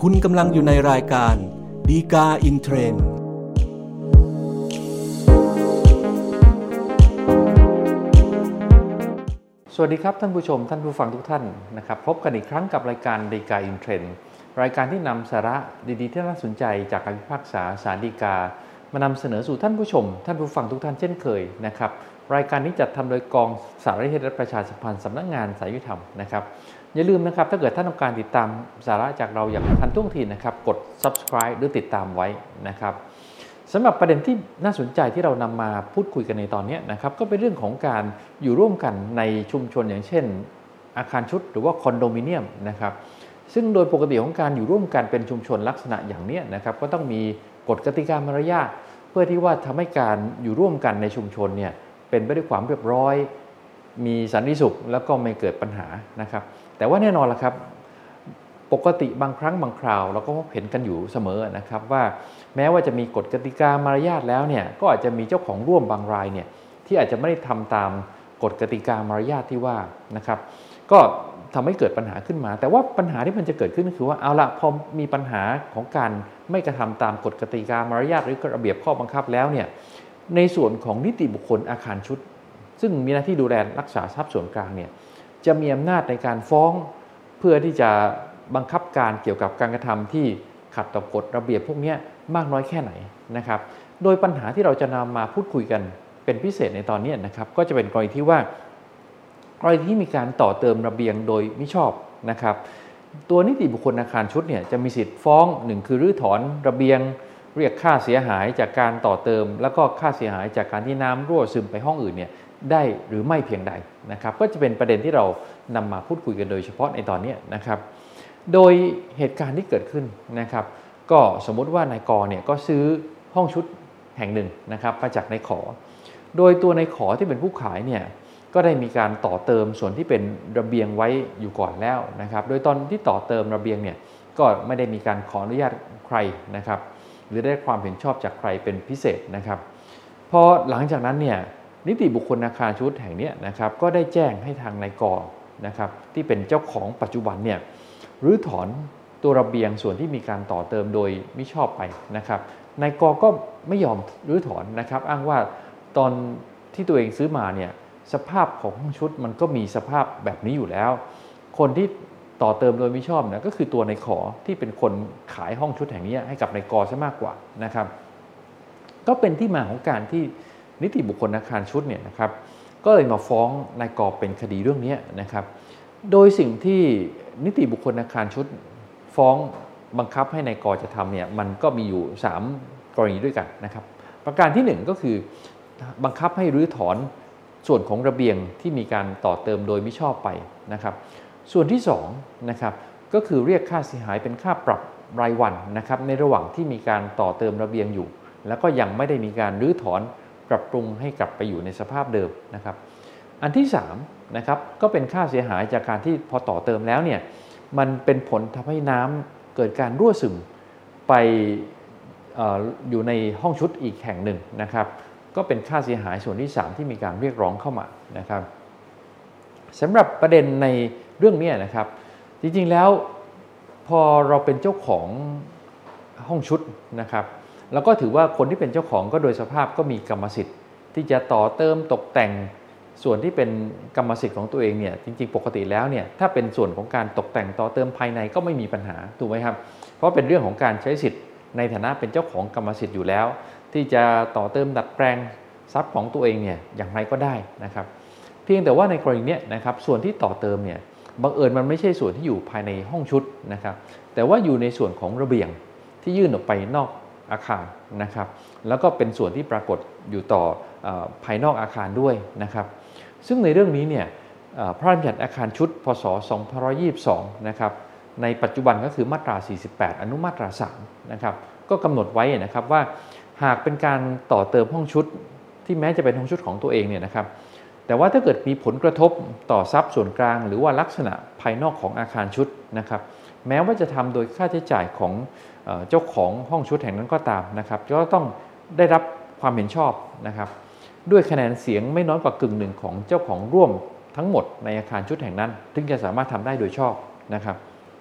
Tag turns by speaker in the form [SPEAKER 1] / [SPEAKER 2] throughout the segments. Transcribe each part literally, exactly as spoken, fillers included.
[SPEAKER 1] คุณกำลังอยู่ในรายการดีกาอินเทรนด์
[SPEAKER 2] สวัสดีครับท่านผู้ชมท่านผู้ฟังทุกท่านนะครับพบกันอีกครั้งกับรายการดีกาอินเทรนด์รายการที่นำสาระดีๆที่น่าสนใจจากการพิพากษาศาลฎีกามานำเสนอสู่ท่านผู้ชมท่านผู้ฟังทุกท่านเช่นเคยนะครับรายการนี้จัดทำโดยกองสารนิเทศและประชาสัมพันธ์สำนักงานศาลยุติธรรมนะครับอย่าลืมนะครับถ้าเกิดท่านต้องการติดตามสาระจากเราอย่างทันท่วงทีนะครับกด ซับสไครบ์ หรือติดตามไว้นะครับสำหรับประเด็นที่น่าสนใจที่เรานำมาพูดคุยกันในตอนนี้นะครับก็เป็นเรื่องของการอยู่ร่วมกันในชุมชนอย่างเช่นอาคารชุดหรือว่าคอนโดมิเนียมนะครับซึ่งโดยปกติของการอยู่ร่วมกันเป็นชุมชนลักษณะอย่างนี้นะครับก็ต้องมีกฎกติกามารยาทเพื่อที่ว่าทำให้การอยู่ร่วมกันในชุมชนเนี่ยเป็นไปด้วยความเรียบร้อยมีสันติสุขแล้วก็ไม่เกิดปัญหานะครับแต่ว่าแน่นอนล่ะครับปกติบางครั้งบางคราวเราก็เห็นกันอยู่เสมอนะครับว่าแม้ว่าจะมีกฎกติกามารยาทแล้วเนี่ยก็อาจจะมีเจ้าของร่วมบางรายเนี่ยที่อาจจะไม่ได้ทำตามกฎกติกามารยาทที่ว่านะครับก็ทำให้เกิดปัญหาขึ้นมาแต่ว่าปัญหาที่มันจะเกิดขึ้นก็คือว่าเอาละพอมีปัญหาของการไม่กระทำตามกฎกติกามารยาทหรือระเบียบข้อบังคับแล้วเนี่ยในส่วนของนิติบุคคลอาคารชุดซึ่งมีหน้าที่ดูแลรักษาทรัพย์ส่วนกลางเนี่ยจะมีอำนาจในการฟ้องเพื่อที่จะบังคับการเกี่ยวกับการกระทำที่ขัดต่อกฎระเบียบพวกนี้มากน้อยแค่ไหนนะครับโดยปัญหาที่เราจะนำมาพูดคุยกันเป็นพิเศษในตอนนี้นะครับก็จะเป็นกรณีที่ว่ากรณีที่มีการต่อเติมระเบียงโดยมิชอบนะครับตัวนิติบุคคลอาคารชุดเนี่ยจะมีสิทธิ์ฟ้องหนึ่งคือรื้อถอนระเบียงเรียกค่าเสียหายจากการต่อเติมแล้วก็ค่าเสียหายจากการที่น้ำรั่วซึมไปห้องอื่นเนี่ยได้หรือไม่เพียงใดนะครับก็จะเป็นประเด็นที่เรานำมาพูดคุยกันโดยเฉพาะในตอนนี้นะครับโดยเหตุการณ์ที่เกิดขึ้นนะครับก็สมมุติว่านายกเนี่ยก็ซื้อห้องชุดแห่งหนึ่งนะครับมาจากนายขอโดยตัวนายขอที่เป็นผู้ขายเนี่ยก็ได้มีการต่อเติมส่วนที่เป็นระเบียงไว้อยู่ก่อนแล้วนะครับโดยตอนที่ต่อเติมระเบียงเนี่ยก็ไม่ได้มีการขออนุญาตใครนะครับหรือได้ความเห็นชอบจากใครเป็นพิเศษนะครับพอหลังจากนั้นเนี่ยนิติบุคคลอาคารชุดแห่งนี้นะครับก็ได้แจ้งให้ทางนายกนะครับที่เป็นเจ้าของปัจจุบันเนี่ยรื้อถอนตัวระเบียงส่วนที่มีการต่อเติมโดยมิชอบไปนะครับนายกก็ไม่ยอมรื้อถอนนะครับอ้างว่าตอนที่ตัวเองซื้อมาเนี่ยสภาพของห้องชุดมันก็มีสภาพแบบนี้อยู่แล้วคนที่ต่อเติมโดยมิชอบเนี่ยก็คือตัวนายขอที่เป็นคนขายห้องชุดแห่งนี้ให้กับนายกซะมากกว่านะครับก็เป็นที่มาของการที่นิติบุคคลอาคารชุดเนี่ยนะครับก็เลยมาฟ้องนายกเป็นคดีเรื่องนี้นะครับโดยสิ่งที่นิติบุคคลอาคารชุดฟ้องบังคับให้นายกจะทำเนี่ยมันก็มีอยู่สามกรณีด้วยกันนะครับประการที่หนึ่งก็คือบังคับให้รื้อถอนส่วนของระเบียงที่มีการต่อเติมโดยมิชอบไปนะครับส่วนที่สองนะครับก็คือเรียกค่าเสียหายเป็นค่าปรับรายวันนะครับในระหว่างที่มีการต่อเติมระเบียงอยู่แล้วก็ยังไม่ได้มีการรื้อถอนปรับปรุงให้กลับไปอยู่ในสภาพเดิมนะครับอันที่สามนะครับก็เป็นค่าเสียหายจากการที่พอต่อเติมแล้วเนี่ยมันเป็นผลทำให้น้ำเกิดการรั่วซึมไป อ, อ, อยู่ในห้องชุดอีกแห่งหนึ่งนะครับก็เป็นค่าเสียหายส่วนที่สามที่มีการเรียกร้องเข้ามานะครับสำหรับประเด็นในเรื่องนี้นะครับจริงๆแล้วพอเราเป็นเจ้าของห้องชุดนะครับแล้วก็ถือว่าคนที่เป็นเจ้าของก็โดยสภาพก็มีกรรมสิทธิ์ที่จะต่อเติมตกแต่งส่วนที่เป็นกรรมสิทธิ์ของตัวเองเนี่ยจริงๆปกติแล้วเนี่ยถ้าเป็นส่วนของการตกแต่งต่อเติมภายในก็ไม่มีปัญหาถูกไหมครับเพราะเป็นเรื่องของการใช้สิทธิ์ในฐานะเป็นเจ้าของกรรมสิทธิ์อยู่แล้วที่จะต่อเติมดัดแปลงทรัพย์ของตัวเองเนี่ยอย่างไรก็ได้นะครับเพียงแต่ว่าในกรณีนี้นะครับส่วนที่ต่อเติมเนี่ยบังเอิญมันไม่ใช่ส่วนที่อยู่ภายในห้องชุดนะครับแต่ว่าอยู่ในส่วนของระเบียงที่ยื่นออกไปนอกอาคารนะครับแล้วก็เป็นส่วนที่ปรากฏอยู่ต่อเอ่อภายนอกอาคารด้วยนะครับซึ่งในเรื่องนี้เนี่ยพระราชบัญญัติอาคารชุดพ.ศ. สองพันห้าร้อยยี่สิบสองนะครับในปัจจุบันก็คือมาตราสี่สิบแปดอนุมาตราสามนะครับก็กำหนดไว้นะครับว่าหากเป็นการต่อเติมห้องชุดที่แม้จะเป็นห้องชุดของตัวเองเนี่ยนะครับแต่ว่าถ้าเกิดมีผลกระทบต่อทรัพย์ส่วนกลางหรือว่าลักษณะภายนอกของอาคารชุดนะครับแม้ว่าจะทำโดยค่าใช้จ่ายของเจ้าของห้องชุดแห่งนั้นก็ตามนะครับก็ต้องได้รับความเห็นชอบนะครับด้วยคะแนนเสียงไม่น้อยกว่ากึ่งหนึ่งของเจ้าของร่วมทั้งหมดในอาคารชุดแห่งนั้นถึงจะสามารถทำได้โดยชอบนะครับ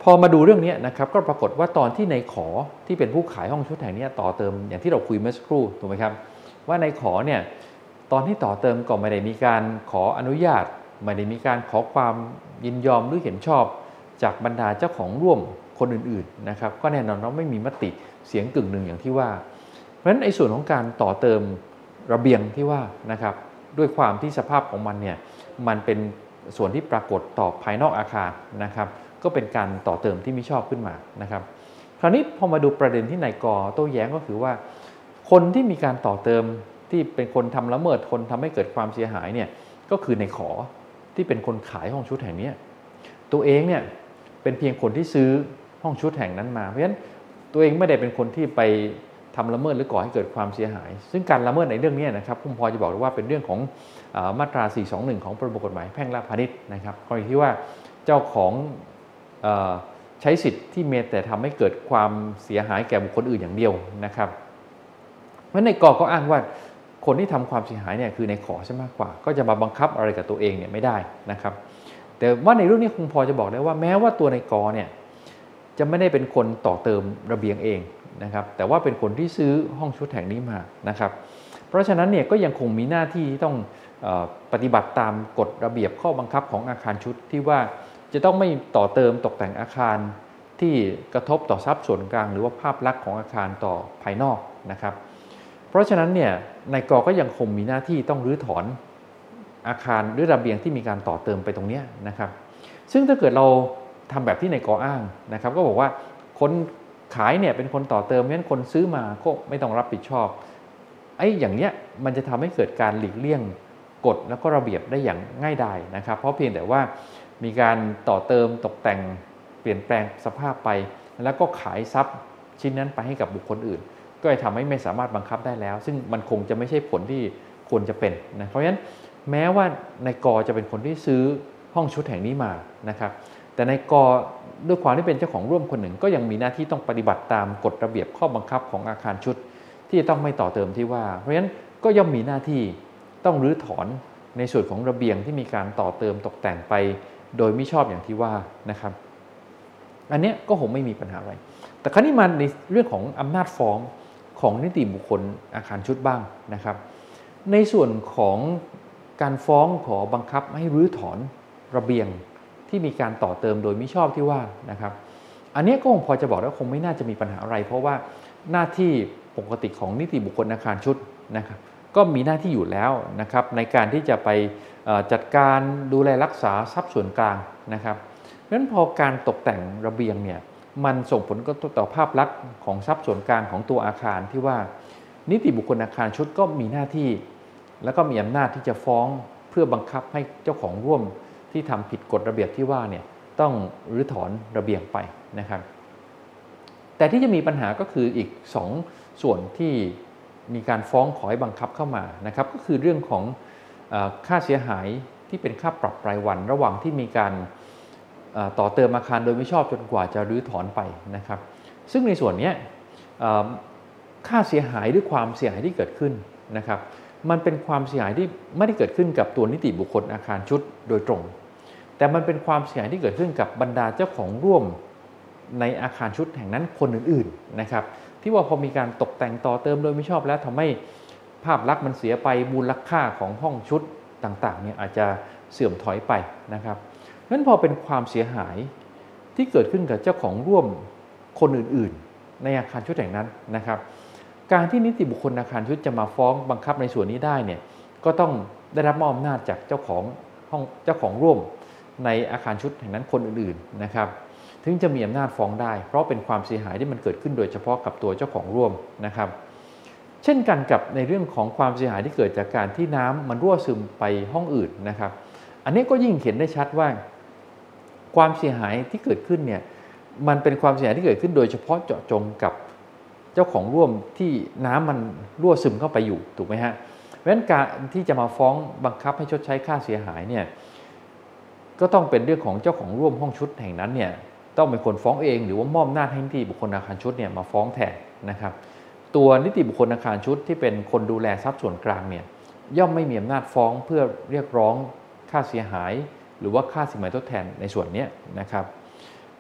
[SPEAKER 2] พอมาดูเรื่องนี้นะครับก็ปรากฏว่าตอนที่นายขอที่เป็นผู้ขายห้องชุดแห่งนี้ต่อเติมอย่างที่เราคุยเมื่อสักครู่ถูกไหมครับว่านายขอเนี่ยตอนที่ต่อเติมก็ไม่ได้มีการขออนุญาตไม่ได้มีการขอความยินยอมหรือเห็นชอบจากบรรดาเจ้าของร่วมคนอื่นๆนะครับก็แน่นอนว่าไม่มีมติเสียงกึ่งหนึ่งอย่างที่ว่าเพราะฉะนั้นไอ้ส่วนของการต่อเติมระเบียงที่ว่านะครับด้วยความที่สภาพของมันเนี่ยมันเป็นส่วนที่ปรากฏต่อภายนอกอาคารนะครับก็เป็นการต่อเติมที่ไม่ชอบขึ้นมานะครับคราวนี้พอมาดูประเด็นที่นายกโต้แย้งก็คือว่าคนที่มีการต่อเติมที่เป็นคนทำละเมิดคนทำให้เกิดความเสียหายเนี่ยก็คือนายขอที่เป็นคนขายห้องชุดแห่งนี้ตัวเองเนี่ยเป็นเพียงคนที่ซื้อห้องชุดแห่งนั้นมาเพราะฉะนั้นตัวเองไม่ได้เป็นคนที่ไปทำละเมิดหรือก่อให้เกิดความเสียหายซึ่งการละเมิดในเรื่องนี้นะครับผมพอจะบอกว่าเป็นเรื่องของมาตราสี่สองหนึ่งของประมวลกฎหมายแพ่งและพาณิชย์นะครับกรณีที่ว่าเจ้าของใช้สิทธิ์ที่มีแต่ทำให้เกิดความเสียหายแก่บุคคลอื่นอย่างเดียวนะครับเพราะในกอก็อ้างว่าคนที่ทำความเสียหายเนี่ยคือในขอใช่มากกว่าก็จะมาบังคับอะไรกับตัวเองเนี่ยไม่ได้นะครับแต่ว่าในเรื่องนี้คงพอจะบอกได้ว่าแม้ว่าตัวในกอเนี่ยจะไม่ได้เป็นคนต่อเติมระเบียงเองนะครับแต่ว่าเป็นคนที่ซื้อห้องชุดแห่งนี้มานะครับเพราะฉะนั้นเนี่ยก็ยังคงมีหน้าที่ที่ต้องปฏิบัติตามกฎระเบียบข้อบังคับของอาคารชุดที่ว่าจะต้องไม่ต่อเติมตกแต่งอาคารที่กระทบต่อทรัพย์ส่วนกลางหรือว่าภาพลักษณ์ของอาคารต่อภายนอกนะครับเพราะฉะนั้นเนี่ยนายกก็ยังคงมีหน้าที่ต้องรื้อถอนอาคารหรือระเบียงที่มีการต่อเติมไปตรงนี้นะครับซึ่งถ้าเกิดเราทำแบบที่นายกอ้างนะครับก็บอกว่าคนขายเนี่ยเป็นคนต่อเติมเพราะฉะนั้นคนซื้อมาก็ไม่ต้องรับผิดชอบไอ้อย่างเนี้ยมันจะทำให้เกิดการหลีกเลี่ยงกฎแล้วก็ระเบียบได้อย่างง่ายดายนะครับเพราะเพียงแต่ว่ามีการต่อเติมตกแต่งเปลี่ยนแปลงสภาพไปแล้วก็ขายทรัพย์ชิ้นนั้นไปให้กับบุคคลอื่นก็จะทำให้ไม่สามารถบังคับได้แล้วซึ่งมันคงจะไม่ใช่ผลที่ควรจะเป็นนะเพราะฉะนั้นแม้ว่านายกจะเป็นคนที่ซื้อห้องชุดแห่งนี้มานะครับแต่นายกด้วยความที่เป็นเจ้าของร่วมคนหนึ่งก็ยังมีหน้าที่ต้องปฏิบัติตามกฎระเบียบข้อบังคับของอาคารชุดที่จะต้องไม่ต่อเติมที่ว่าเพราะฉะนั้นก็ย่อมมีหน้าที่ต้องรื้อถอนในส่วนของระเบียงที่มีการต่อเติมตกแต่งไปโดยไม่ชอบอย่างที่ว่านะครับอันนี้ก็คงไม่มีปัญหาอะไรแต่คราวนี้มาในเรื่องของอำนาจฟ้องของนิติบุคคลอาคารชุดบ้างนะครับในส่วนของการฟ้องขอบังคับให้รื้อถอนระเบียงที่มีการต่อเติมโดยไม่ชอบที่ว่านะครับอันนี้ก็คงพอจะบอกว่าคงไม่น่าจะมีปัญหาอะไรเพราะว่าหน้าที่ปกติของนิติบุคคลอาคารชุดนะครับก็มีหน้าที่อยู่แล้วนะครับในการที่จะไปจัดการดูแลรักษาทรัพย์ส่วนกลางนะครับเพราะฉะนั้นพอการตกแต่งระเบียงเนี่ยมันส่งผลกระทบต่อภาพลักษณ์ของทรัพย์ส่วนกลางของตัวอาคารที่ว่านิติบุคคลอาคารชุดก็มีหน้าที่แล้วก็มีอำนาจที่จะฟ้องเพื่อบังคับให้เจ้าของร่วมที่ทำผิดกฎระเบียบที่ว่าเนี่ยต้องรื้อถอนระเบียงไปนะครับแต่ที่จะมีปัญหาก็คืออีกสองส่วนที่มีการฟ้องขอให้บังคับเข้ามานะครับก็คือเรื่องของเอ่อค่าเสียหายที่เป็นค่าปรับรายวันระหว่างที่มีการต่อเติมอาคารโดยไม่ชอบจนกว่าจะรื้อถอนไปนะครับซึ่งในส่วนนี้ค่าเสียหายหรือความเสียหายที่เกิดขึ้นนะครับมันเป็นความเสียหายที่ไม่ได้เกิดขึ้นกับตัวนิติบุคคลอาคารชุดโดยตรงแต่มันเป็นความเสียหายที่เกิดขึ้นกับบรรดาเจ้าของร่วมในอาคารชุดแห่งนั้นคนอื่นๆนะครับที่ว่าพอมีการตกแต่งต่อเติมโดยไม่ชอบแล้วทำให้ภาพลักษณ์มันเสียไปมูลค่าของห้องชุดต่างๆเนี่ยอาจจะเสื่อมถอยไปนะครับนั้นพอเป็นความเสียหายที่เกิดขึ้นกับเจ้าของร่วมคนอื่นๆในอาคารชุดแห่งนั้นนะครับการที่นิติบุคคลอาคารชุดจะมาฟ้องบังคับในส่วนนี้ได้เนี่ยก็ต้องได้รับมอบอำนาจจากเจ้าของห้องเจ้าของร่วมในอาคารชุดแห่งนั้นคนอื่นๆนะครับถึงจะมีอำนาจฟ้องได้เพราะเป็นความเสียหายที่มันเกิดขึ้นโดยเฉพาะกับตัวเจ้าของร่วมนะครับเช่นกันกับในเรื่องของความเสียหายที่เกิดจากการที่น้ำมันรั่วซึมไปห้องอื่นนะครับอันนี้ก็ยิ่งเห็นได้ชัดว่าความเสียหายที่เกิดขึ้นเนี่ยมันเป็นความเสียหายที่เกิดขึ้นโดยเฉพาะเจาะจงกับเจ้าของร่วมที่น้ำมันรั่วซึมเข้าไปอยู่ถูกไหมฮะเพราะฉะนั้นการที่จะมาฟ้องบังคับให้ชดใช้ค่าเสียหายเนี่ยก็ต้องเป็นเรื่องของเจ้าของร่วมห้องชุดแห่งนั้นเนี่ยต้องเป็นคนฟ้องเองหรือว่ามอบหน้าให้นิติบุคคลอาคารชุดเนี่ยมาฟ้องแทนนะครับตัวนิติบุคคลอาคารชุดที่เป็นคนดูแลทรัพย์ส่วนกลางเนี่ยย่อมไม่มีอำนาจฟ้องเพื่อเรียกร้องค่าเสียหายหรือว่าค่าสินไหมทดแทนในส่วนนี้นะครับเพราะฉ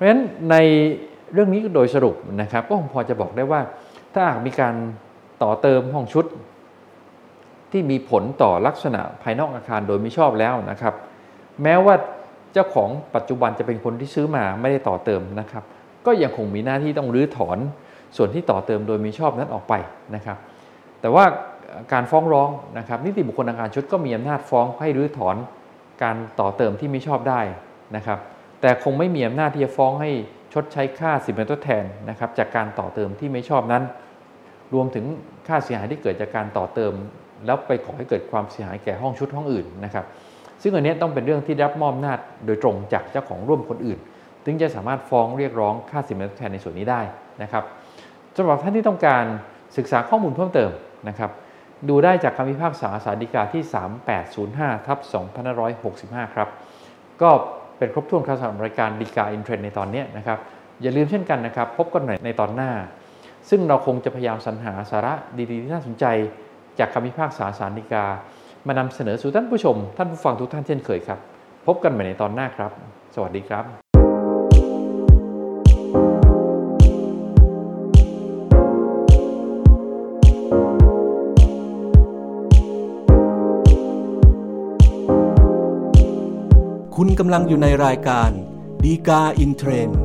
[SPEAKER 2] ราะฉะนั้นในเรื่องนี้โดยสรุปนะครับก็คงพอจะบอกได้ว่าถ้าหากมีการต่อเติมห้องชุดที่มีผลต่อลักษณะภายนอกอาคารโดยมิชอบแล้วนะครับแม้ว่าเจ้าของปัจจุบันจะเป็นคนที่ซื้อมาไม่ได้ต่อเติมนะครับก็ยังคงมีหน้าที่ต้องรื้อถอนส่วนที่ต่อเติมโดยมิชอบนั้นออกไปนะครับแต่ว่าการฟ้องร้องนะครับนิติบุคคลอาคารชุดก็มีอำนาจฟ้องให้รื้อถอนการต่อเติมที่มิชอบได้นะครับแต่คงไม่มีอำนาจที่จะฟ้องให้ชดใช้ค่าสินไหมทดแทนนะครับจากการต่อเติมที่ไม่ชอบนั้นรวมถึงค่าเสียหายที่เกิดจากการต่อเติมแล้วไปก่อให้เกิดความเสียหายแก่ห้องชุดห้องอื่นนะครับซึ่งอันนี้ต้องเป็นเรื่องที่รับมอบอำนาจโดยตรงจากเจ้าของร่วมคนอื่นถึงจะสามารถฟ้องเรียกร้องค่าสินไหมทดแทนในส่วนนี้ได้นะครับสำหรับท่านที่ต้องการศึกษาข้อมูลเพิ่มเติมนะครับดูได้จากคำพิพากษาศาลฎีกาที่สามแปดศูนย์ห้าทับสองพันห้าร้อยหกสิบห้าครับก็เป็นครบถ้วนครับสำหรับรายการฎีกาอินเทรนด์ในตอนนี้นะครับอย่าลืมเช่นกันนะครับพบกันใหม่ในตอนหน้าซึ่งเราคงจะพยายามสรรหาสาระดีๆที่น่าสนใจจากคำพิพากษาศาลฎีกามานำเสนอสู่ท่านผู้ชมท่านผู้ฟังทุกท่านเช่นเคยครับพบกันใหม่ในตอนหน้าครับสวัสดีครับ
[SPEAKER 1] คุณกำลังอยู่ในรายการฎีกาอินเทรนด์